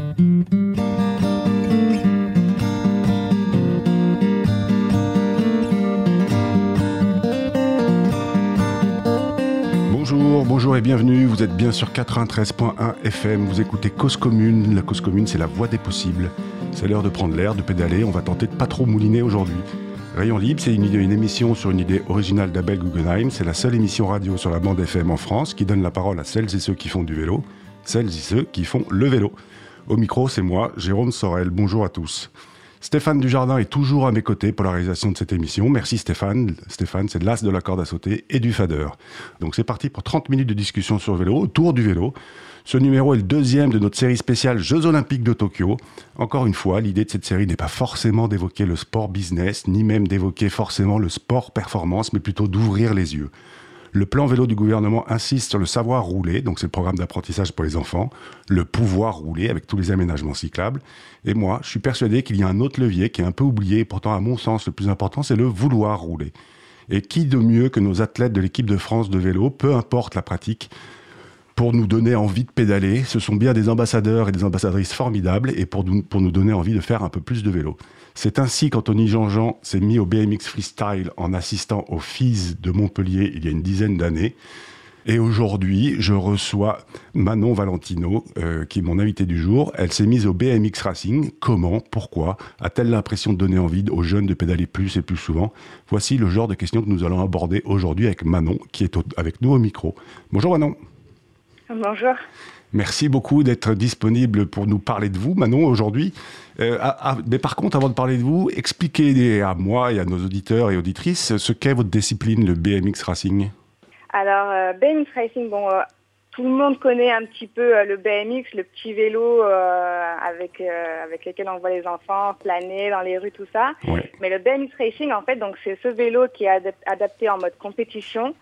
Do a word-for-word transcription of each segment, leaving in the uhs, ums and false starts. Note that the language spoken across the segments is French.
Bonjour, bonjour et bienvenue, vous êtes bien sur quatre-vingt-treize point un F M, vous écoutez Cause Commune, la Cause Commune c'est la voie des possibles. C'est l'heure de prendre l'air, de pédaler, on va tenter de pas trop mouliner aujourd'hui. Rayon Libre, c'est une, idée, une émission sur une idée originale d'Abel Guggenheim, c'est la seule émission radio sur la bande F M en France qui donne la parole à celles et ceux qui font du vélo, celles et ceux qui font le vélo. Au micro, c'est moi, Jérôme Sorel, bonjour à tous. Stéphane Dujardin est toujours à mes côtés pour la réalisation de cette émission. Merci Stéphane. Stéphane, c'est l'as de la corde à sauter et du fader. Donc c'est parti pour trente minutes de discussion sur le vélo, autour du vélo. Ce numéro est le deuxième de notre série spéciale Jeux Olympiques de Tokyo. Encore une fois, l'idée de cette série n'est pas forcément d'évoquer le sport business, ni même d'évoquer forcément le sport performance, mais plutôt d'ouvrir les yeux. Le plan vélo du gouvernement insiste sur le savoir rouler, donc c'est le programme d'apprentissage pour les enfants, le pouvoir rouler avec tous les aménagements cyclables. Et moi, je suis persuadé qu'il y a un autre levier qui est un peu oublié, et pourtant à mon sens le plus important, c'est le vouloir rouler. Et qui de mieux que nos athlètes de l'équipe de France de vélo, peu importe la pratique, pour nous donner envie de pédaler. Ce sont bien des ambassadeurs et des ambassadrices formidables et pour nous, pour nous donner envie de faire un peu plus de vélo. C'est ainsi qu'Anthony Jean-Jean s'est mis au B M X Freestyle en assistant au F I S de Montpellier il y a une dizaine d'années. Et aujourd'hui, je reçois Manon Valentino, euh, qui est mon invitée du jour. Elle s'est mise au B M X Racing. Comment ? Pourquoi ? A-t-elle l'impression de donner envie aux jeunes de pédaler plus et plus souvent ? Voici le genre de questions que nous allons aborder aujourd'hui avec Manon, qui est au, avec nous au micro. Bonjour Manon. Bonjour. Merci beaucoup d'être disponible pour nous parler de vous, Manon, aujourd'hui. Euh, à, à, mais par contre, avant de parler de vous, expliquez à moi et à nos auditeurs et auditrices ce qu'est votre discipline, le B M X Racing. Alors, euh, B M X Racing, bon, euh, tout le monde connaît un petit peu euh, le B M X, le petit vélo euh, avec euh, avec lequel on voit les enfants planer dans les rues, tout ça. Ouais. Mais le B M X Racing, en fait, donc c'est ce vélo qui est adap- adapté en mode compétition.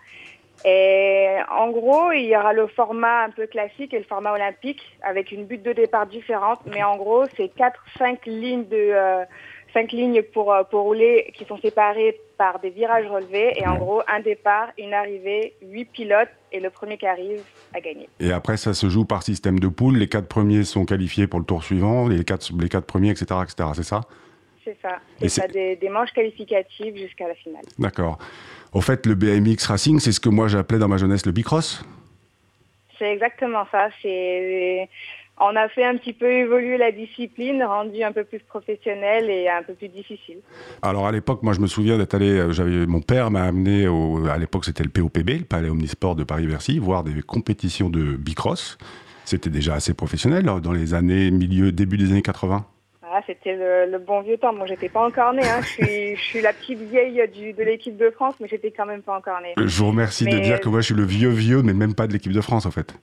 Et en gros, il y aura le format un peu classique et le format olympique avec une butte de départ différente. Mais en gros, c'est quatre, cinq lignes de euh, cinq lignes pour pour rouler qui sont séparées par des virages relevés. Et en gros, un départ, une arrivée, huit pilotes et le premier qui arrive a gagné. Et après, ça se joue par système de poule. Les quatre premiers sont qualifiés pour le tour suivant. Les quatre les quatre premiers, et cetera, et cetera. C'est ça ? C'est ça. Et, et ça a des, des manches qualificatives jusqu'à la finale. D'accord. Au fait, le B M X Racing, c'est ce que moi j'appelais dans ma jeunesse le bicross. C'est exactement ça. C'est... On a fait un petit peu évoluer la discipline, rendue un peu plus professionnelle et un peu plus difficile. Alors à l'époque, moi je me souviens d'être allé, j'avais, mon père m'a amené, au, à l'époque c'était le P O P B, le Palais Omnisport de Paris-Bercy, voir des compétitions de bicross. C'était déjà assez professionnel dans les années, milieu, début des années quatre-vingts. Ah, c'était le, le bon vieux temps. Moi, j'étais pas encore née. Hein. Je suis, je suis la petite vieille du, de l'équipe de France, mais j'étais quand même pas encore née. Je vous remercie mais... de dire que moi, je suis le vieux vieux, mais même pas de l'équipe de France, en fait.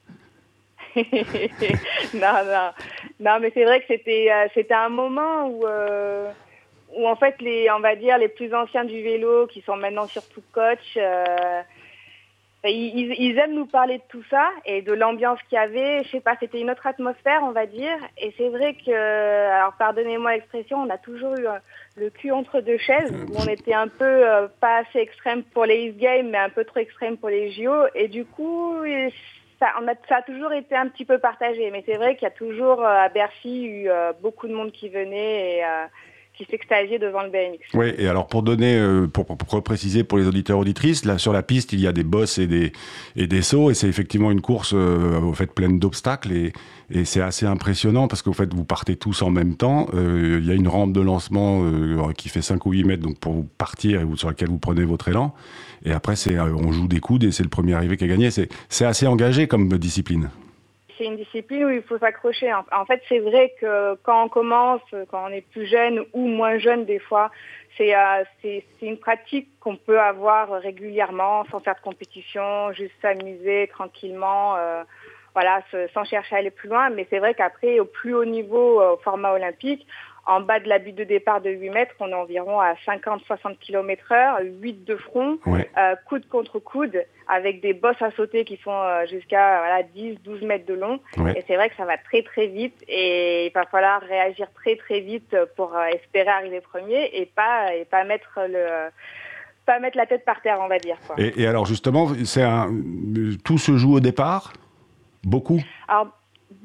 non, non, non, mais c'est vrai que c'était, euh, c'était un moment où, euh, où en fait, les, on va dire les plus anciens du vélo, qui sont maintenant surtout coach. Euh, Ils, ils aiment nous parler de tout ça et de l'ambiance qu'il y avait. Je sais pas, c'était une autre atmosphère, on va dire. Et c'est vrai que, alors pardonnez-moi l'expression, on a toujours eu le cul entre deux chaises, où on était un peu euh, pas assez extrême pour les X Games, mais un peu trop extrême pour les J O. Et du coup, ça, on a, ça a toujours été un petit peu partagé. Mais c'est vrai qu'il y a toujours à Bercy eu euh, beaucoup de monde qui venait et euh, qui s'extasiait devant le B M X. Oui, et alors pour donner, euh, pour, pour, pour préciser pour les auditeurs auditrices, là sur la piste il y a des bosses et des et des sauts et c'est effectivement une course euh, au fait pleine d'obstacles et et c'est assez impressionnant parce qu'au fait vous partez tous en même temps. Euh, il y a une rampe de lancement euh, qui fait cinq ou huit mètres donc pour vous partir et vous, sur laquelle vous prenez votre élan. Et après c'est euh, on joue des coudes et c'est le premier arrivé qui a gagné. C'est c'est assez engagé comme discipline. C'est une discipline où il faut s'accrocher. En fait, c'est vrai que quand on commence, quand on est plus jeune ou moins jeune des fois, c'est, euh, c'est, c'est une pratique qu'on peut avoir régulièrement sans faire de compétition, juste s'amuser tranquillement, euh, voilà, sans chercher à aller plus loin. Mais c'est vrai qu'après, au plus haut niveau, au format olympique, en bas de la butte de départ de huit mètres, on est environ à cinquante à soixante kilomètres heure, huit de front, ouais. euh, coude contre coude, avec des bosses à sauter qui font euh, jusqu'à voilà, dix à douze mètres de long. Ouais. Et c'est vrai que ça va très très vite et il va falloir réagir très très vite pour euh, espérer arriver premier et pas, et pas mettre le... pas mettre la tête par terre, on va dire. Quoi. Et, et alors justement, c'est un... tout se joue au départ ? Beaucoup ? Alors,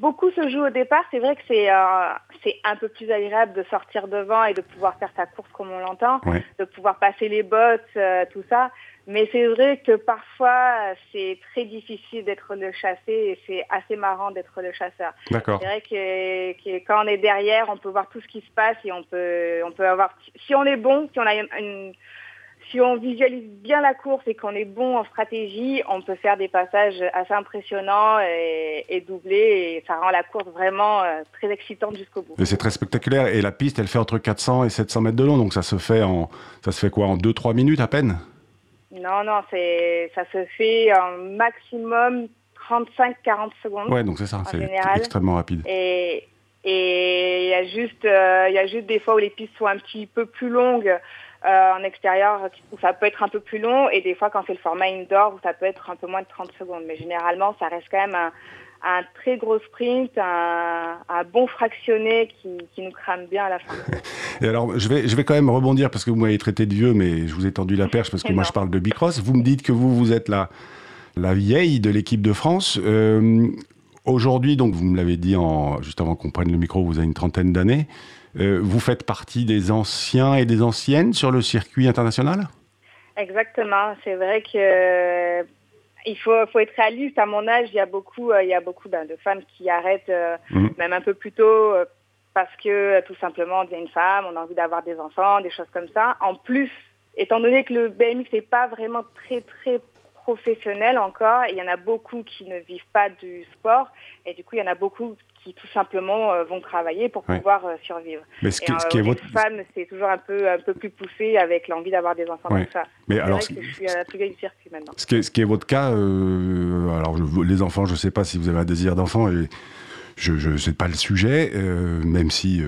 beaucoup se joue au départ. C'est vrai que c'est, euh, c'est un peu plus agréable de sortir devant et de pouvoir faire sa course comme on l'entend, ouais. de pouvoir passer les bottes, euh, tout ça. Mais c'est vrai que parfois, c'est très difficile d'être le chassé et c'est assez marrant d'être le chasseur. D'accord. C'est vrai que, que quand on est derrière, on peut voir tout ce qui se passe et on peut, on peut avoir... Si on est bon, si on a une... Si on visualise bien la course et qu'on est bon en stratégie, on peut faire des passages assez impressionnants et, et doubler et ça rend la course vraiment euh, très excitante jusqu'au bout. Et c'est très spectaculaire et la piste elle fait entre quatre cents et sept cents mètres de long, donc ça se fait en, ça se fait quoi, en deux trois minutes à peine? Non, non, c'est, ça se fait en maximum trente-cinq à quarante secondes. Ouais, donc c'est ça, c'est général. extrêmement rapide. Et et il y a juste, euh, il y a juste des fois où les pistes sont un petit peu plus longues. Euh, en extérieur, où ça peut être un peu plus long, et des fois quand c'est le format indoor, où ça peut être un peu moins de trente secondes. Mais généralement, ça reste quand même un, un très gros sprint, un, un bon fractionné qui, qui nous crame bien à la fin. Et alors, je vais, je vais quand même rebondir, parce que vous m'avez traité de vieux, mais je vous ai tendu la perche, parce que moi je parle de Bicross. Vous me dites que vous, vous êtes la, la vieille de l'équipe de France. Euh, aujourd'hui, donc vous me l'avez dit en, juste avant qu'on prenne le micro, vous avez une trentaine d'années. Euh, vous faites partie des anciens et des anciennes sur le circuit international ? Exactement. C'est vrai que euh, il faut, faut être réaliste. À mon âge, il y a beaucoup, euh, il y a beaucoup ben, de femmes qui arrêtent euh, mmh. même un peu plus tôt euh, parce que euh, tout simplement on devient une femme, on a envie d'avoir des enfants, des choses comme ça. En plus, étant donné que le B M X n'est pas vraiment très très professionnel encore, il y en a beaucoup qui ne vivent pas du sport et du coup il y en a beaucoup qui tout simplement euh, vont travailler pour ouais. pouvoir euh, survivre. Mais ce qui, et, euh, ce qui est votre femme, c'est toujours un peu un peu plus poussé avec l'envie d'avoir des enfants ouais. comme ça. Mais c'est alors, vrai que je suis à la plus vieille du circuit maintenant. Ce qui est, ce qui est votre cas, euh, alors je, les enfants, je ne sais pas si vous avez un désir d'enfant et je, je sais pas le sujet, euh, même si euh,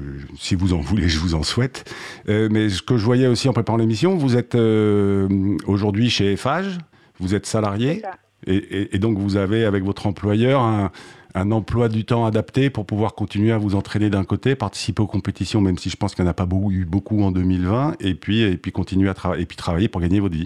si vous en voulez, je vous en souhaite. Euh, mais ce que je voyais aussi en préparant l'émission, vous êtes euh, aujourd'hui chez Eiffage, vous êtes salarié et, et, et donc vous avez avec votre employeur un un emploi du temps adapté pour pouvoir continuer à vous entraîner d'un côté, participer aux compétitions, même si je pense qu'il n'y en a pas beaucoup, eu beaucoup en deux mille vingt, et puis, et puis continuer à travailler, et puis travailler pour gagner votre vie.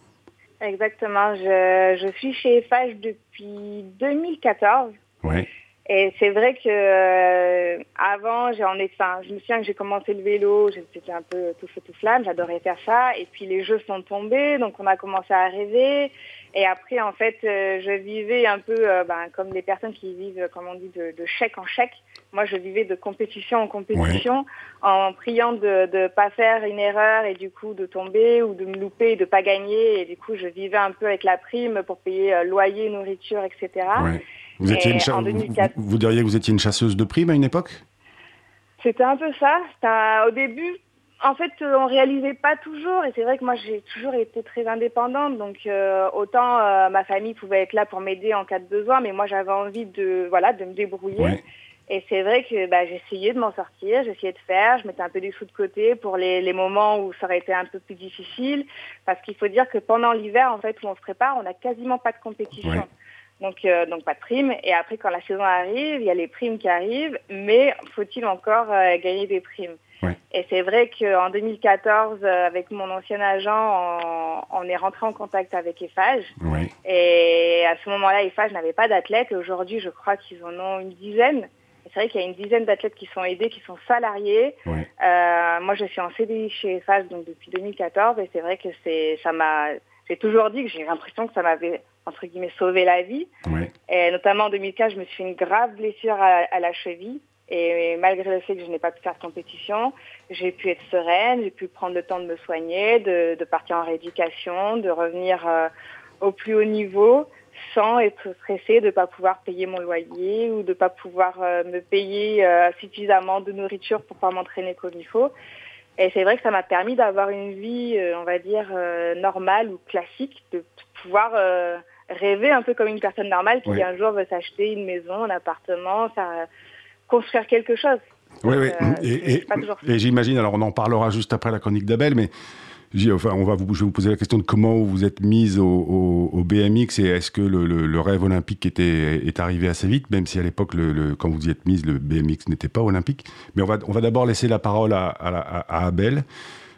Exactement. Je, je suis chez Eiffage depuis deux mille quatorze. Ouais. Et c'est vrai que euh, avant, j'ai en enfin, je me souviens que j'ai commencé le vélo, j'étais un peu tout feu tout flamme, j'adorais faire ça. Et puis les jeux sont tombés, donc on a commencé à rêver. Et après, en fait, euh, je vivais un peu euh, ben, comme les personnes qui vivent, comme on dit, de, de chèque en chèque. Moi, je vivais de compétition en compétition, ouais. en priant de ne pas faire une erreur et du coup de tomber ou de me louper et de pas gagner. Et du coup, je vivais un peu avec la prime pour payer euh, loyer, nourriture, et cetera. Ouais. Vous, étiez une cha- en deux mille quatre... vous, vous diriez que vous étiez une chasseuse de primes à une époque ? C'était un peu ça. C'était, au début, en fait, on réalisait pas toujours. Et c'est vrai que moi, j'ai toujours été très indépendante. Donc, euh, autant euh, ma famille pouvait être là pour m'aider en cas de besoin, mais moi, j'avais envie de, voilà, de me débrouiller. Ouais. Et c'est vrai que bah, j'essayais de m'en sortir, j'essayais de faire, je mettais un peu des sous de côté pour les, les moments où ça aurait été un peu plus difficile. Parce qu'il faut dire que pendant l'hiver, en fait, où on se prépare, on n'a quasiment pas de compétition. Ouais. Donc, euh, donc pas de primes. Et après, quand la saison arrive, il y a les primes qui arrivent, mais faut-il encore euh, gagner des primes ? Ouais. Et c'est vrai qu'en deux mille quatorze, euh, avec mon ancien agent, on, on est rentré en contact avec Eiffage. Ouais. Et à ce moment-là, Eiffage n'avait pas d'athlètes. Et aujourd'hui, je crois qu'ils en ont une dizaine. Et c'est vrai qu'il y a une dizaine d'athlètes qui sont aidés, qui sont salariés. Ouais. Euh, moi, je suis en C D I chez Eiffage donc depuis deux mille quatorze. Et c'est vrai que c'est, ça m'a... J'ai toujours dit que j'ai l'impression que ça m'avait, entre guillemets, sauvé la vie. Ouais. Et notamment en deux mille quinze, je me suis fait une grave blessure à, à la cheville. Et malgré le fait que je n'ai pas pu faire de compétition, j'ai pu être sereine, j'ai pu prendre le temps de me soigner, de, de partir en rééducation, de revenir euh, au plus haut niveau sans être stressée de ne pas pouvoir payer mon loyer ou de ne pas pouvoir euh, me payer euh, suffisamment de nourriture pour pouvoir m'entraîner comme il faut. Et c'est vrai que ça m'a permis d'avoir une vie, euh, on va dire, euh, normale ou classique, de pouvoir euh, rêver un peu comme une personne normale qui ouais. un jour veut s'acheter une maison, un appartement, faire, euh, construire quelque chose. Oui, oui. Euh, et, et, et j'imagine, alors on en parlera juste après la chronique d'Abel, mais enfin, on va vous, je vais vous poser la question de comment vous vous êtes mise au, au, au B M X et est-ce que le, le, le rêve olympique était, est arrivé assez vite, même si à l'époque, le, le, quand vous y êtes mise, le B M X n'était pas olympique. Mais on va, on va d'abord laisser la parole à, à, à Abel.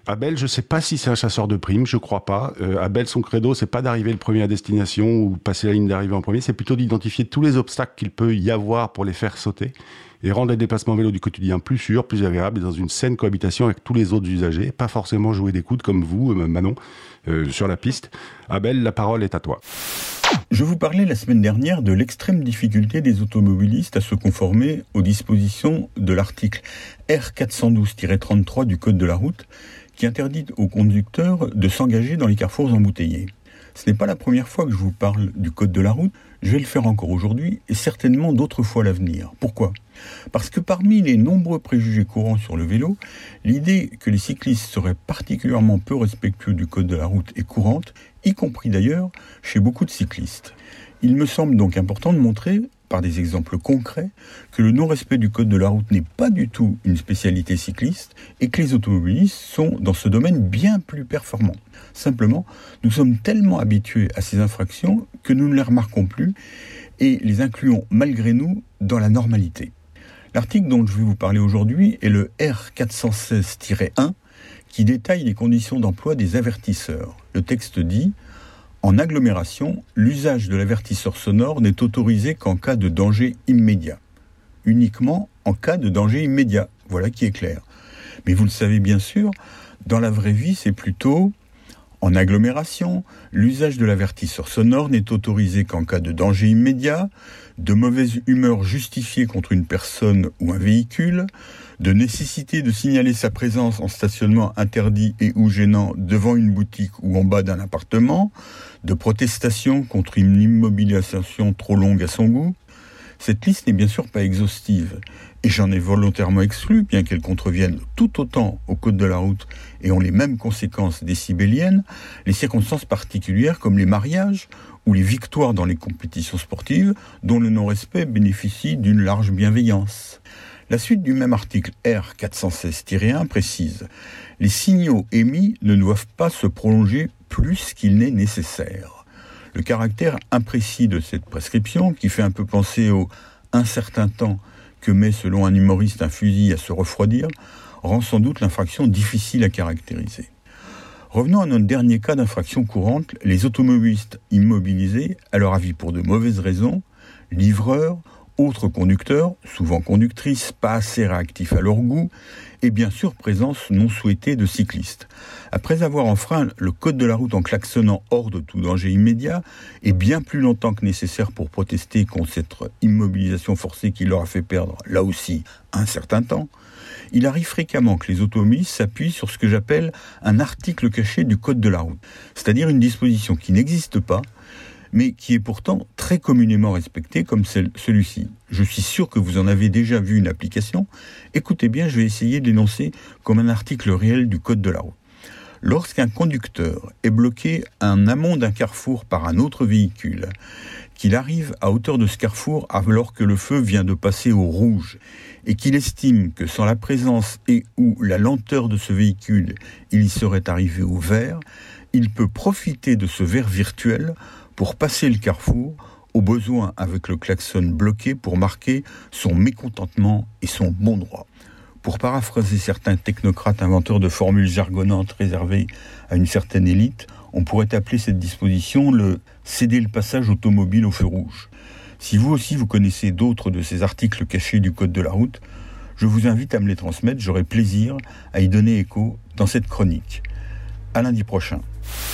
Abel, je ne sais pas si c'est un chasseur de primes, je ne crois pas. Euh, Abel, son credo, c'est pas d'arriver le premier à destination ou passer la ligne d'arrivée en premier, c'est plutôt d'identifier tous les obstacles qu'il peut y avoir pour les faire sauter et rendre les déplacements vélo du quotidien plus sûrs, plus agréables et dans une saine cohabitation avec tous les autres usagers, pas forcément jouer des coudes comme vous, Manon, euh, sur la piste. Abel, la parole est à toi. Je vous parlais la semaine dernière de l'extrême difficulté des automobilistes à se conformer aux dispositions de l'article R quatre cent douze tiret trente-trois du Code de la route qui interdit aux conducteurs de s'engager dans les carrefours embouteillés. Ce n'est pas la première fois que je vous parle du Code de la route, je vais le faire encore aujourd'hui et certainement d'autres fois à l'avenir. Pourquoi ? Parce que parmi les nombreux préjugés courants sur le vélo, l'idée que les cyclistes seraient particulièrement peu respectueux du Code de la route est courante, y compris d'ailleurs chez beaucoup de cyclistes. Il me semble donc important de montrer, par des exemples concrets, que le non-respect du Code de la route n'est pas du tout une spécialité cycliste et que les automobilistes sont dans ce domaine bien plus performants. Simplement, nous sommes tellement habitués à ces infractions que nous ne les remarquons plus et les incluons malgré nous dans la normalité. L'article dont je vais vous parler aujourd'hui est le R quatre cent seize tiret un qui détaille les conditions d'emploi des avertisseurs. Le texte dit « En agglomération, l'usage de l'avertisseur sonore n'est autorisé qu'en cas de danger immédiat. Uniquement en cas de danger immédiat. » Voilà qui est clair. Mais vous le savez bien sûr, dans la vraie vie, c'est plutôt « En agglomération, l'usage de l'avertisseur sonore n'est autorisé qu'en cas de danger immédiat, de mauvaise humeur justifiée contre une personne ou un véhicule, de nécessité de signaler sa présence en stationnement interdit et ou gênant devant une boutique ou en bas d'un appartement, de protestation contre une immobilisation trop longue à son goût. » Cette liste n'est bien sûr pas exhaustive, et j'en ai volontairement exclu, bien qu'elle contrevienne tout autant au Code de la route et ont les mêmes conséquences décibéliennes, les circonstances particulières comme les mariages ou les victoires dans les compétitions sportives, dont le non-respect bénéficie d'une large bienveillance. La suite du même article R quatre cent seize tiret un précise « Les signaux émis ne doivent pas se prolonger plus qu'il n'est nécessaire ». Le caractère imprécis de cette prescription, qui fait un peu penser au « incertain temps » que met selon un humoriste un fusil à se refroidir, rend sans doute l'infraction difficile à caractériser. Revenons à notre dernier cas d'infraction courante, les automobilistes immobilisés, à leur avis pour de mauvaises raisons, livreurs, autres conducteurs, souvent conductrices, pas assez réactifs à leur goût, et bien sûr présence non souhaitée de cyclistes. Après avoir enfreint le code de la route en klaxonnant hors de tout danger immédiat, et bien plus longtemps que nécessaire pour protester contre cette immobilisation forcée qui leur a fait perdre, là aussi, un certain temps, il arrive fréquemment que les automobilistes s'appuient sur ce que j'appelle un article caché du code de la route, c'est-à-dire une disposition qui n'existe pas, mais qui est pourtant très communément respectée comme celle, celui-ci. Je suis sûr que vous en avez déjà vu une application. Écoutez bien, je vais essayer de l'énoncer comme un article réel du Code de la route. Lorsqu'un conducteur est bloqué en amont d'un carrefour par un autre véhicule, qu'il arrive à hauteur de ce carrefour alors que le feu vient de passer au rouge, et qu'il estime que sans la présence et ou la lenteur de ce véhicule, il y serait arrivé au vert, il peut profiter de ce vert virtuel pour passer le carrefour, au besoin avec le klaxon bloqué pour marquer son mécontentement et son bon droit. Pour paraphraser certains technocrates inventeurs de formules jargonnantes réservées à une certaine élite, on pourrait appeler cette disposition le « céder le passage automobile au feu rouge ». Si vous aussi vous connaissez d'autres de ces articles cachés du Code de la route, je vous invite à me les transmettre, j'aurai plaisir à y donner écho dans cette chronique. À lundi prochain.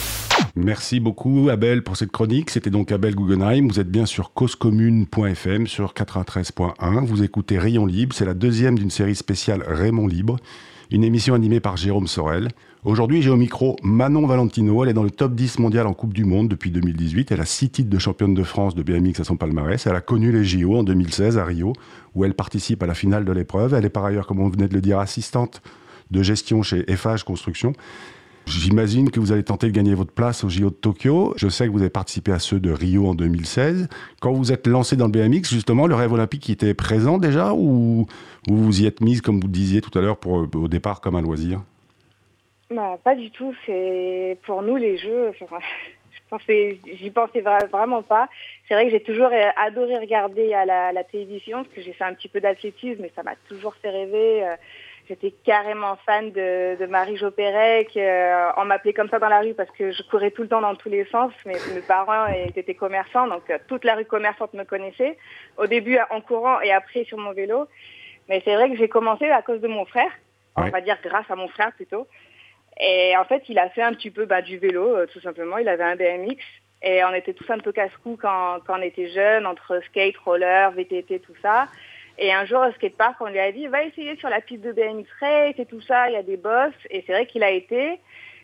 Merci beaucoup Abel pour cette chronique. C'était donc Abel Guggenheim. Vous êtes bien sur cause commune point f m sur quatre-vingt-treize point un. Vous écoutez Rayon Libre. C'est la deuxième d'une série spéciale Raymond Libre, une émission animée par Jérôme Sorel. Aujourd'hui, j'ai au micro Manon Valentino. Elle est dans le top dix mondial en Coupe du Monde depuis deux mille dix-huit. Elle a six titres de championne de France de B M X à son palmarès. Elle a connu les J O en deux mille seize à Rio, où elle participe à la finale de l'épreuve. Elle est par ailleurs, comme on venait de le dire, assistante de gestion chez F H Construction. J'imagine que vous allez tenter de gagner votre place aux J O de Tokyo. Je sais que vous avez participé à ceux de Rio en deux mille seize. Quand vous êtes lancé dans le B M X, justement, le rêve olympique était présent déjà ou vous vous y êtes mise, comme vous le disiez tout à l'heure, pour, au départ comme un loisir ? Bah, pas du tout. C'est pour nous les Jeux. Enfin, je pensais, j'y pensais vraiment pas. C'est vrai que j'ai toujours adoré regarder à la, la télévision parce que j'ai fait un petit peu d'athlétisme, mais ça m'a toujours fait rêver. j'étais carrément fan de, de Marie-Jo Pérec. Euh, on m'appelait comme ça dans la rue parce que je courais tout le temps dans tous les sens. Mes, mes parents étaient commerçants, donc euh, toute la rue commerçante me connaissait. Au début en courant et après sur mon vélo. Mais c'est vrai que j'ai commencé à cause de mon frère. Ouais. On va dire grâce à mon frère plutôt. Et en fait, il a fait un petit peu bah, du vélo, euh, tout simplement. Il avait un B M X. Et on était tous un peu casse-cou quand, quand on était jeunes, entre skate, roller, V T T, tout ça. Et un jour, au skatepark, on lui a dit, va essayer sur la piste de B M X race et tout ça, il y a des bosses. Et c'est vrai qu'il a été.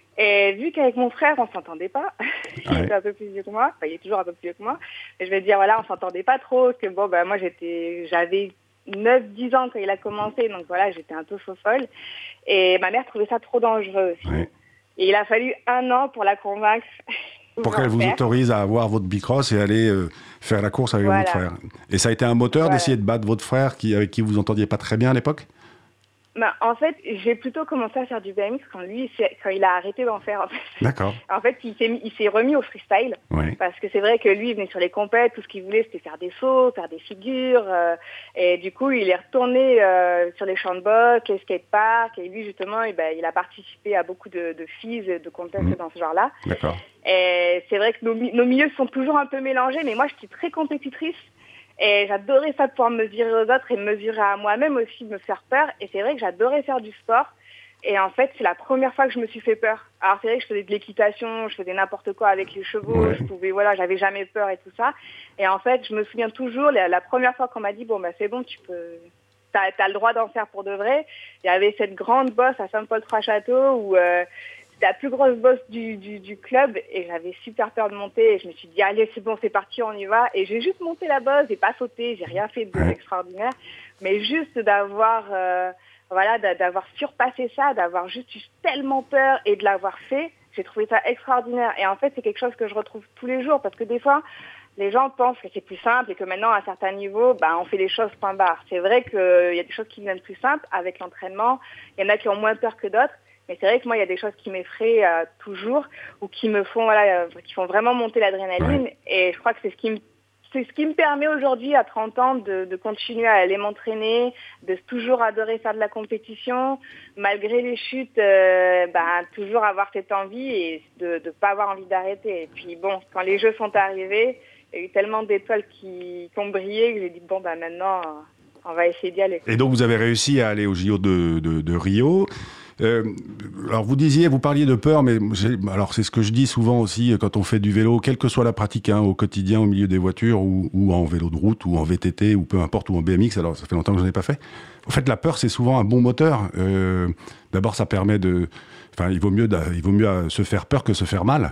Et vu qu'avec mon frère, on s'entendait pas, il ouais. était un peu plus vieux que moi, enfin, il est toujours un peu plus vieux que moi. Et je vais dire, voilà, on s'entendait pas trop, parce que bon, bah, moi, j'étais, j'avais neuf dix ans quand il a commencé, donc voilà, j'étais un peu faux-folle. Et ma mère trouvait ça trop dangereux aussi. Ouais. Et il a fallu un an pour la convaincre. Pour qu'elle vous autorise à avoir votre bicross et aller euh, faire la course avec voilà. votre frère. Et ça a été un moteur voilà. d'essayer de battre votre frère qui, avec qui vous entendiez pas très bien à l'époque ? Bah, en fait, j'ai plutôt commencé à faire du B M X quand lui, quand il a arrêté d'en faire. En fait, D'accord. En fait, il s'est, il s'est remis au freestyle. Ouais. Parce que c'est vrai que lui, il venait sur les compètes, tout ce qu'il voulait, c'était faire des sauts, faire des figures. Euh, et du coup, il est retourné euh, sur les champs de boss, les skateparks. Et lui, justement, et ben, il a participé à beaucoup de, de filles, de compètes mmh. dans ce genre-là. D'accord. Et c'est vrai que nos, nos milieux sont toujours un peu mélangés, mais moi, je suis très compétitrice. Et j'adorais ça de pouvoir me mesurer aux autres et me mesurer à moi-même aussi, de me faire peur. Et c'est vrai que j'adorais faire du sport. Et en fait, c'est la première fois que je me suis fait peur. Alors c'est vrai que je faisais de l'équitation, je faisais n'importe quoi avec les chevaux, ouais. je pouvais, voilà, j'avais jamais peur et tout ça. Et en fait, je me souviens toujours, la, la première fois qu'on m'a dit, bon, bah c'est bon, tu peux, t'as, t'as le droit d'en faire pour de vrai. Il y avait cette grande bosse à Saint-Paul-Trois-Châteaux où euh, c'était la plus grosse bosse du, du, du club et j'avais super peur de monter et je me suis dit allez c'est bon c'est parti on y va et j'ai juste monté la bosse, j'ai pas sauté, j'ai rien fait d'extraordinaire mais juste d'avoir euh, voilà d'avoir surpassé ça, d'avoir juste eu tellement peur et de l'avoir fait, j'ai trouvé ça extraordinaire et en fait c'est quelque chose que je retrouve tous les jours parce que des fois les gens pensent que c'est plus simple et que maintenant à un certain niveau bah, on fait les choses point barre. C'est vrai qu'il y a des choses qui deviennent plus simples avec l'entraînement, il y en a qui ont moins peur que d'autres. Mais c'est vrai que moi, il y a des choses qui m'effraient euh, toujours ou qui me font, voilà, euh, qui font vraiment monter l'adrénaline. Ouais. Et je crois que c'est ce qui me, c'est ce qui me permet aujourd'hui, à trente ans, de, de continuer à aller m'entraîner, de toujours adorer faire de la compétition, malgré les chutes, euh, bah, toujours avoir cette envie et de ne pas avoir envie d'arrêter. Et puis bon, quand les Jeux sont arrivés, il y a eu tellement d'étoiles qui, qui ont brillé que j'ai dit bon, bah maintenant, on va essayer d'y aller. Et donc, vous avez réussi à aller au J O de, de, de Rio. Euh, alors vous disiez, vous parliez de peur, mais alors c'est ce que je dis souvent aussi quand on fait du vélo, quelle que soit la pratique, hein, au quotidien, au milieu des voitures, ou, ou en vélo de route, ou en V T T, ou peu importe, ou en B M X. Alors ça fait longtemps que je n'en ai pas fait. En fait, la peur, c'est souvent un bon moteur. Euh, d'abord, ça permet de, enfin, il vaut mieux, il vaut mieux se faire peur que se faire mal.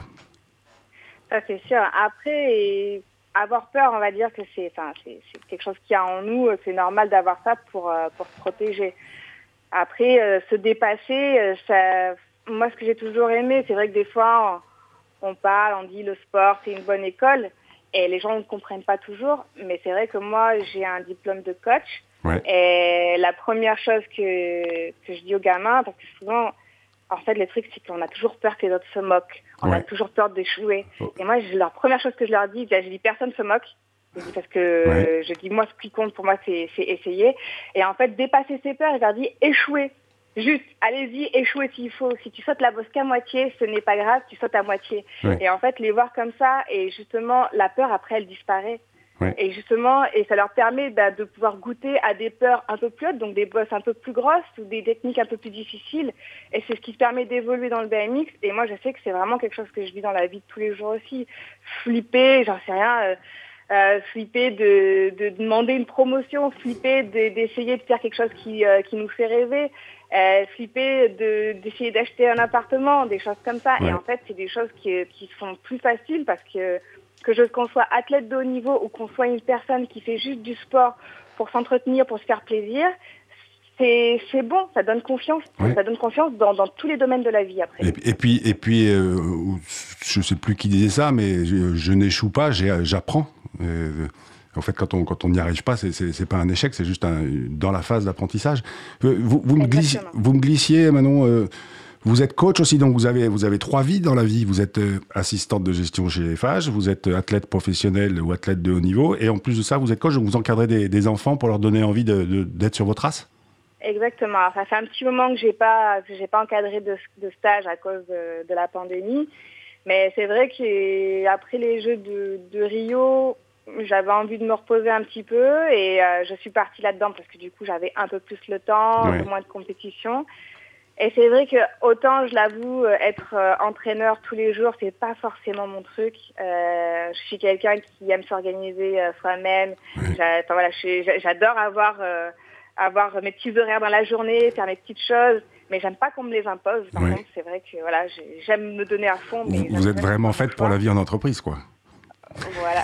Ça c'est sûr. Après. Et... avoir peur, on va dire que c'est, enfin, c'est, c'est quelque chose qu'il y a en nous. C'est normal d'avoir ça pour pour se protéger. Après, euh, se dépasser, euh, ça, moi, ce que j'ai toujours aimé, c'est vrai que des fois, on, on parle, on dit le sport, c'est une bonne école, et les gens ne comprennent pas toujours. Mais c'est vrai que moi, j'ai un diplôme de coach, ouais. Et la première chose que que je dis aux gamins, parce que souvent, en fait, le truc, c'est qu'on a toujours peur que les autres se moquent. On ouais. a toujours peur d'échouer. Oh. Et moi, je, la première chose que je leur dis, je dis personne se moque. Parce que ouais. euh, je dis, moi, ce qui compte pour moi, c'est, c'est essayer. Et en fait, dépasser ses peurs, je leur dis, échouer. Juste, allez-y, échouer s'il faut. Si tu sautes la bosse qu'à moitié, ce n'est pas grave, tu sautes à moitié. Ouais. Et en fait, les voir comme ça, et justement, la peur, après, elle disparaît. Ouais. Et justement, et ça leur permet bah, de pouvoir goûter à des peurs un peu plus hautes, donc des bosses un peu plus grosses ou des techniques un peu plus difficiles. Et c'est ce qui permet d'évoluer dans le B M X. Et moi, je sais que c'est vraiment quelque chose que je vis dans la vie de tous les jours aussi. Flipper, j'en sais rien... Euh, Euh, flipper de, de demander une promotion, flipper de, d'essayer de faire quelque chose qui, euh, qui nous fait rêver, euh, flipper de, d'essayer d'acheter un appartement, des choses comme ça. Ouais. Et en fait, c'est des choses qui, qui sont plus faciles parce que, que je, qu'on soit athlète de haut niveau ou qu'on soit une personne qui fait juste du sport pour s'entretenir, pour se faire plaisir, c'est, c'est bon, ça donne confiance, ouais. ça donne confiance dans, dans tous les domaines de la vie après. Et, et puis, et puis euh, je ne sais plus qui disait ça, mais je, je n'échoue pas, j'ai, j'apprends. Euh, en fait, quand on quand on n'y arrive pas, c'est, c'est c'est pas un échec, c'est juste un, dans la phase d'apprentissage. Vous vous me glissiez, vous me glissiez, Manon. Euh, vous êtes coach aussi, donc vous avez vous avez trois vies dans la vie. Vous êtes euh, assistante de gestion chez F H, vous êtes athlète professionnel ou athlète de haut niveau, et en plus de ça, vous êtes coach, donc vous encadrez des, des enfants pour leur donner envie de, de, d'être sur vos traces. exactement. Alors, ça fait un petit moment que j'ai pas, que j'ai pas encadré de, de stage à cause de, de la pandémie. Mais c'est vrai qu'après les Jeux de, de Rio, j'avais envie de me reposer un petit peu et euh, je suis partie là-dedans parce que du coup, j'avais un peu plus le temps, ouais. un peu moins de compétition. Et c'est vrai que autant, je l'avoue, être euh, entraîneur tous les jours, c'est pas forcément mon truc. Euh, je suis quelqu'un qui aime s'organiser euh, soi-même. Ouais. Enfin, voilà, j'adore avoir, euh, avoir mes petits horaires dans la journée, faire mes petites choses. Mais j'aime pas qu'on me les impose. Par ouais. contre, c'est vrai que voilà, j'aime me donner à fond. Mais vous êtes vraiment faite pour la vie en entreprise, quoi. Voilà.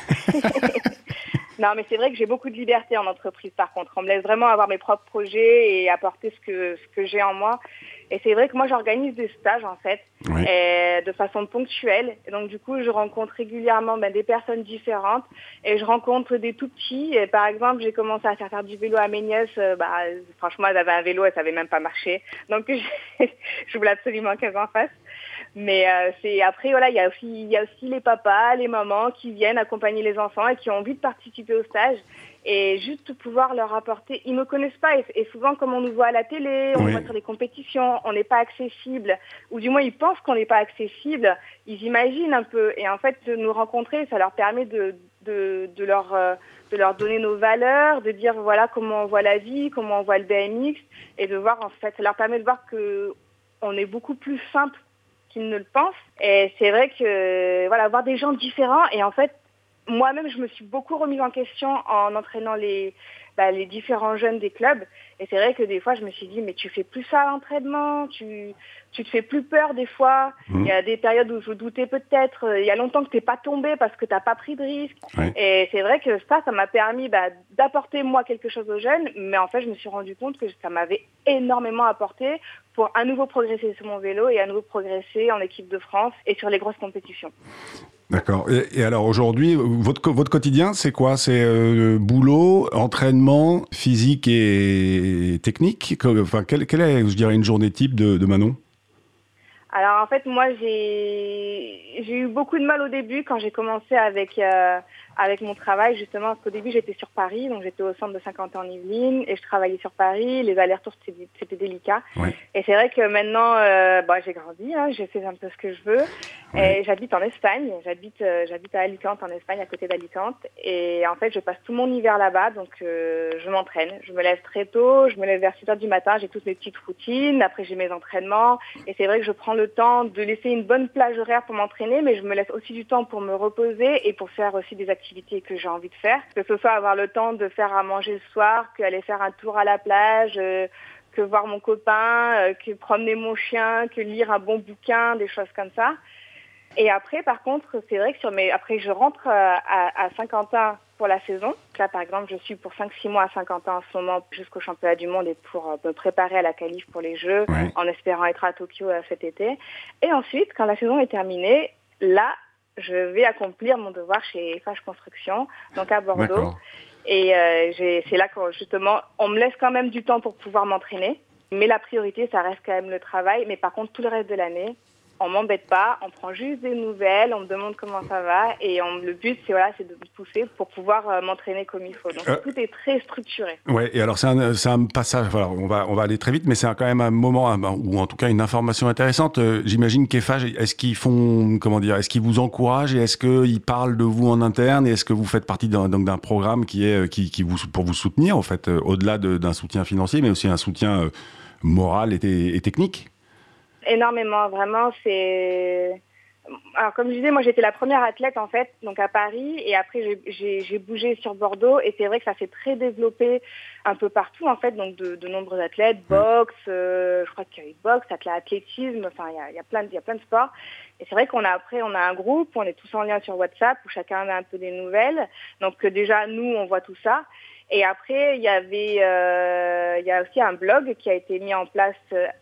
Non, mais c'est vrai que j'ai beaucoup de liberté en entreprise, par contre. On me laisse vraiment avoir mes propres projets et apporter ce que, ce que j'ai en moi. Et c'est vrai que moi, j'organise des stages, en fait, oui. et de façon ponctuelle. Et donc, du coup, je rencontre régulièrement ben, des personnes différentes et je rencontre des tout petits. Et, par exemple, j'ai commencé à faire, faire du vélo à mes nièces. Euh, bah, franchement, elles avaient un vélo, elles ne savaient même pas marcher. Donc, je voulais absolument qu'elles en fassent. Mais euh, c'est après voilà, il y a aussi il y a aussi les papas, les mamans qui viennent accompagner les enfants et qui ont envie de participer au stage et juste pouvoir leur apporter. Ils me connaissent pas et, et souvent comme on nous voit à la télé, on oui. nous voit sur les compétitions, on n'est pas accessible ou du moins ils pensent qu'on n'est pas accessible. Ils imaginent un peu et en fait de nous rencontrer, ça leur permet de de, de leur euh, de leur donner nos valeurs, de dire voilà comment on voit la vie, comment on voit le B M X et de voir en fait, ça leur permet de voir que on est beaucoup plus simple qu'ils ne le pensent. Et c'est vrai que, voilà, voir des gens différents. Et en fait, moi-même, je me suis beaucoup remise en question en entraînant les, bah, les différents jeunes des clubs. Et c'est vrai que des fois, je me suis dit, mais tu fais plus ça à l'entraînement, tu, tu te fais plus peur des fois. Mmh. Il y a des périodes où je doutais peut-être. Il y a longtemps que tu n'es pas tombé parce que tu n'as pas pris de risque. Oui. Et c'est vrai que ça, ça m'a permis bah, d'apporter, moi, quelque chose aux jeunes. Mais en fait, je me suis rendu compte que ça m'avait énormément apporté pour à nouveau progresser sur mon vélo et à nouveau progresser en équipe de France et sur les grosses compétitions. D'accord. Et, et alors aujourd'hui, votre, votre quotidien, c'est quoi ? C'est euh, boulot, entraînement, physique et technique ? Enfin, quelle, quelle est, je dirais, une journée type de, de Manon ? Alors en fait, moi, j'ai, j'ai eu beaucoup de mal au début quand j'ai commencé avec, euh, avec mon travail, justement, parce qu'au début, j'étais sur Paris, donc j'étais au centre de Saint-Quentin en Yvelines, et je travaillais sur Paris, les allers-retours, c'était, c'était délicat. Ouais. Et c'est vrai que maintenant, euh, bah, j'ai grandi, hein, j'ai fait un peu ce que je veux, ouais. et j'habite en Espagne, j'habite, euh, j'habite à Alicante, en Espagne, à côté d'Alicante, et en fait, je passe tout mon hiver là-bas, donc euh, je m'entraîne, je me lève très tôt, je me lève vers six heures du matin, j'ai toutes mes petites routines, après j'ai mes entraînements, et c'est vrai que je prends le temps de laisser une bonne plage horaire pour m'entraîner, mais je me laisse aussi du temps pour me reposer et pour faire aussi des activités que j'ai envie de faire. Que ce soit avoir le temps de faire à manger le soir, qu'aller faire un tour à la plage, euh, que voir mon copain, euh, que promener mon chien, que lire un bon bouquin, des choses comme ça. Et après, par contre, c'est vrai que sur mes... après, je rentre à, à Saint-Quentin pour la saison. Là, par exemple, je suis pour cinq six mois à Saint-Quentin en ce moment jusqu'au championnat du monde et pour me préparer à la qualif pour les Jeux, ouais. en espérant être à Tokyo cet été. Et ensuite, quand la saison est terminée, là, je vais accomplir mon devoir chez F H Construction, donc à Bordeaux. D'accord. Et euh, j'ai, c'est là que, justement, on me laisse quand même du temps pour pouvoir m'entraîner. Mais la priorité, ça reste quand même le travail. Mais par contre, tout le reste de l'année, on m'embête pas, on prend juste des nouvelles, on me demande comment ça va et on, le but c'est voilà, c'est de me pousser pour pouvoir euh, m'entraîner comme il faut. Donc euh, tout est très structuré. Ouais, et alors c'est un, c'est un passage. Voilà, on va on va aller très vite, mais c'est un, quand même un moment un, ou en tout cas une information intéressante. Euh, j'imagine qu'E F H, est-ce qu'ils font comment dire, est-ce qu'ils vous encouragent et est-ce qu'ils parlent de vous en interne et est-ce que vous faites partie d'un, donc d'un programme qui est qui qui vous pour vous soutenir en fait, euh, au-delà de, d'un soutien financier, mais aussi un soutien euh, moral et, et technique? Énormément, vraiment, c'est... Alors, comme je disais, moi, j'étais la première athlète, en fait, donc à Paris, et après, j'ai, j'ai, j'ai bougé sur Bordeaux, et c'est vrai que ça s'est très développé un peu partout, en fait, donc de, de nombreux athlètes, boxe, euh, je crois qu'il y a eu boxe, athlétisme, enfin, il y a, il y a plein de, il y a plein de sports. Et c'est vrai qu'on a, après, on a un groupe, on est tous en lien sur WhatsApp, où chacun a un peu des nouvelles, donc déjà, nous, on voit tout ça. Et après, il y avait, euh, il y a aussi un blog qui a été mis en place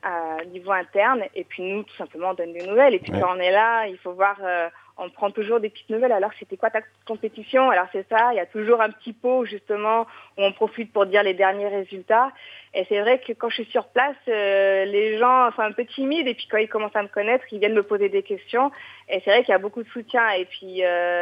à niveau interne. Et puis nous, tout simplement, on donne des nouvelles. Et puis ouais. quand on est là, il faut voir, euh, on prend toujours des petites nouvelles. Alors, c'était quoi ta compétition ? Alors, c'est ça. Il y a toujours un petit pot, justement, où on profite pour dire les derniers résultats. Et c'est vrai que quand je suis sur place, euh, les gens sont un peu timides. Et puis quand ils commencent à me connaître, ils viennent me poser des questions. Et c'est vrai qu'il y a beaucoup de soutien. Et puis... Euh,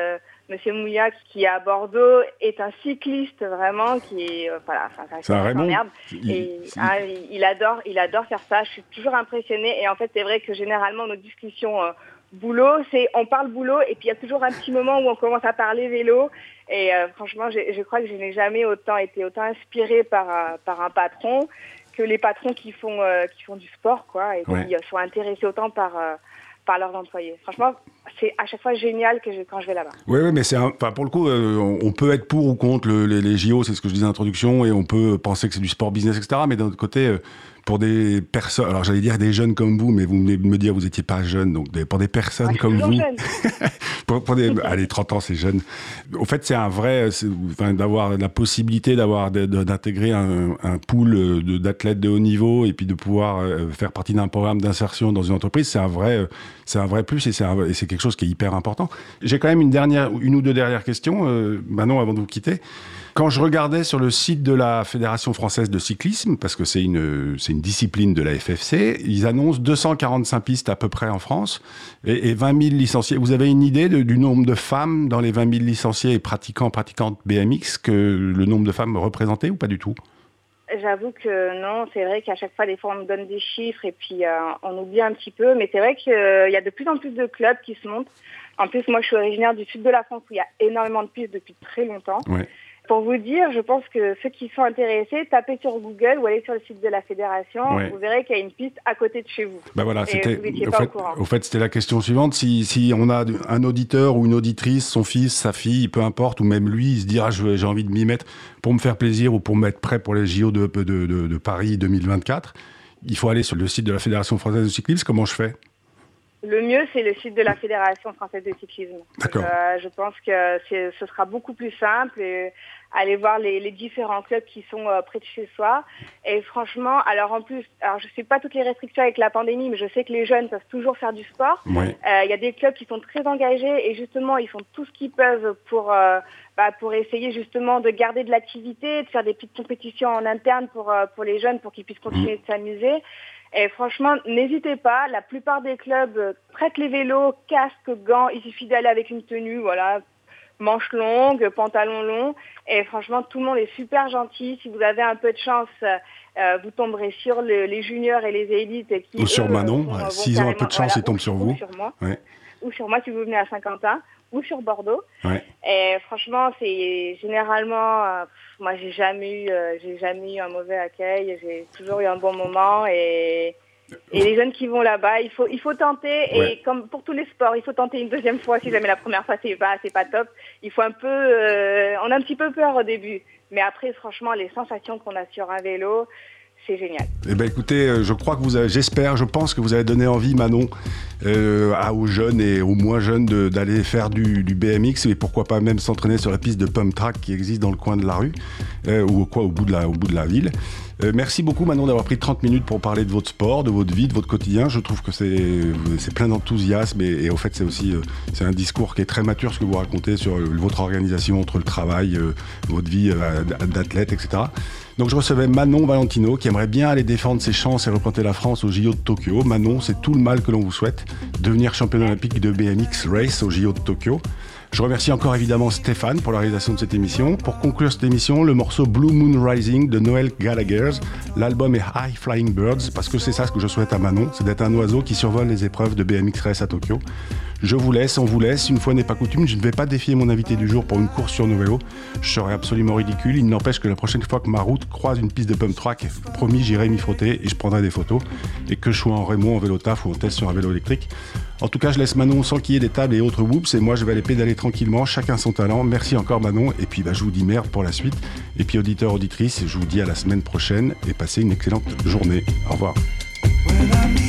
Monsieur Mouillac, qui est à Bordeaux, est un cycliste vraiment qui est euh, voilà, enfin, c'est un Raymond. Merde. Et ah, il adore, il adore faire ça. Je suis toujours impressionnée. Et en fait, c'est vrai que généralement nos discussions euh, boulot, c'est on parle boulot et puis il y a toujours un petit moment où on commence à parler vélo. Et euh, franchement, je crois que je n'ai jamais autant été autant inspirée par euh, par un patron que les patrons qui font euh, qui font du sport, quoi, et ouais. qui euh, sont intéressés autant par euh, par leurs employés. Franchement, c'est à chaque fois génial que je, quand je vais là-bas. Oui, oui, mais c'est un, enfin, pour le coup, euh, on, on peut être pour ou contre le, les, les J O, c'est ce que je disais en introduction, et on peut penser que c'est du sport business, et cetera. Mais d'un autre côté, euh, pour des personnes, alors j'allais dire des jeunes comme vous, mais vous venez de me dire que vous n'étiez pas jeune, donc des, pour des personnes Moi, comme vous, pour, pour des, allez, trente ans, c'est jeune. Au fait, c'est un vrai, c'est, enfin, d'avoir la possibilité d'avoir de, de, d'intégrer un, un pool de, d'athlètes de haut niveau et puis de pouvoir euh, faire partie d'un programme d'insertion dans une entreprise, c'est un vrai, c'est un vrai plus et c'est, un, et c'est quelque chose qui est hyper important. J'ai quand même une dernière, une ou deux dernières questions, euh, Manon, avant de vous quitter. Quand je regardais sur le site de la Fédération française de cyclisme, parce que c'est une, c'est une discipline de la F F C, ils annoncent deux cent quarante-cinq pistes à peu près en France et, et vingt mille licenciés. Vous avez une idée de, du nombre de femmes dans les vingt mille licenciés et pratiquants, pratiquantes B M X, que le nombre de femmes représenté ou pas du tout ? J'avoue que non, c'est vrai qu'à chaque fois, des fois, on me donne des chiffres et puis euh, on oublie un petit peu. Mais c'est vrai qu'il euh, y a de plus en plus de clubs qui se montent. En plus, moi, je suis originaire du sud de la France où il y a énormément de pistes depuis très longtemps. Ouais. Pour vous dire, je pense que ceux qui sont intéressés, tapez sur Google ou allez sur le site de la fédération, ouais. Vous verrez qu'il y a une piste à côté de chez vous. Ben voilà, c'était, au, fait, au, au fait, c'était la question suivante. Si, si on a un auditeur ou une auditrice, son fils, sa fille, peu importe, ou même lui, il se dira, je, j'ai envie de m'y mettre pour me faire plaisir ou pour me mettre prêt pour les J O de, de, de, de Paris deux mille vingt-quatre, il faut aller sur le site de la Fédération française de cyclisme. Comment je fais ? Le mieux, c'est le site de la Fédération française de cyclisme. D'accord. Euh, je pense que c'est, ce sera beaucoup plus simple et aller voir les, les différents clubs qui sont euh, près de chez soi. Et franchement, alors en plus, alors je sais pas toutes les restrictions avec la pandémie, mais je sais que les jeunes peuvent toujours faire du sport. Il ouais. euh, y a des clubs qui sont très engagés et justement, ils font tout ce qu'ils peuvent pour euh, bah, pour essayer justement de garder de l'activité, de faire des petites compétitions en interne pour euh, pour les jeunes, pour qu'ils puissent continuer mmh. de s'amuser. Et franchement, n'hésitez pas. La plupart des clubs prêtent les vélos, casques, gants. Il suffit d'aller avec une tenue, voilà, manches longues, pantalons longs. Et franchement, tout le monde est super gentil. Si vous avez un peu de chance, euh, vous tomberez sur le, les juniors et les élites. Qui, ou sur eux, Manon. vont, S'ils vont ont un peu de chance, voilà, ils tombent sur vous. Ou sur moi. Ouais. Ou sur moi si vous venez à Saint-Quentin. Ou sur Bordeaux. Ouais. Et franchement, c'est généralement, euh, moi j'ai jamais eu, euh, j'ai jamais eu un mauvais accueil. J'ai toujours eu un bon moment et et les jeunes qui vont là-bas, il faut il faut tenter ouais. Et comme pour tous les sports, il faut tenter une deuxième fois. Si jamais la première fois c'est pas c'est pas top, il faut un peu, euh, on a un petit peu peur au début, mais après franchement les sensations qu'on a sur un vélo. C'est génial. Eh ben écoutez, je crois que vous avez, j'espère, je pense que vous avez donné envie, Manon, euh, à, aux jeunes et aux moins jeunes de, d'aller faire du, du B M X et pourquoi pas même s'entraîner sur la piste de pump track qui existe dans le coin de la rue euh, ou quoi au bout de la, au bout de la ville. Euh, merci beaucoup, Manon, d'avoir pris trente minutes pour parler de votre sport, de votre vie, de votre quotidien. Je trouve que c'est, c'est plein d'enthousiasme et, et au fait, c'est aussi euh, c'est un discours qui est très mature, ce que vous racontez sur euh, votre organisation entre le travail, euh, votre vie euh, d'athlète, et cetera. Donc je recevais Manon Valentino qui aimerait bien aller défendre ses chances et représenter la France aux J O de Tokyo. Manon, c'est tout le mal que l'on vous souhaite. Devenir championne olympique de B M X Race aux J O de Tokyo. Je remercie encore évidemment Stéphane pour la réalisation de cette émission. Pour conclure cette émission, le morceau Blue Moon Rising de Noel Gallagher. L'album est High Flying Birds parce que c'est ça ce que je souhaite à Manon, c'est d'être un oiseau qui survole les épreuves de B M X Race à Tokyo. Je vous laisse, on vous laisse. Une fois n'est pas coutume, je ne vais pas défier mon invité du jour pour une course sur nos vélos. Je serais absolument ridicule. Il n'empêche que la prochaine fois que ma route croise une piste de pump track, promis, j'irai m'y frotter et je prendrai des photos. Et que je sois en Raymond, en vélo taf ou en test sur un vélo électrique. En tout cas, je laisse Manon s'enquiller des tables et autres whoops et moi je vais aller pédaler tranquillement, chacun son talent. Merci encore Manon et puis bah, je vous dis merde pour la suite. Et puis auditeurs, auditrices, je vous dis à la semaine prochaine et passez une excellente journée. Au revoir.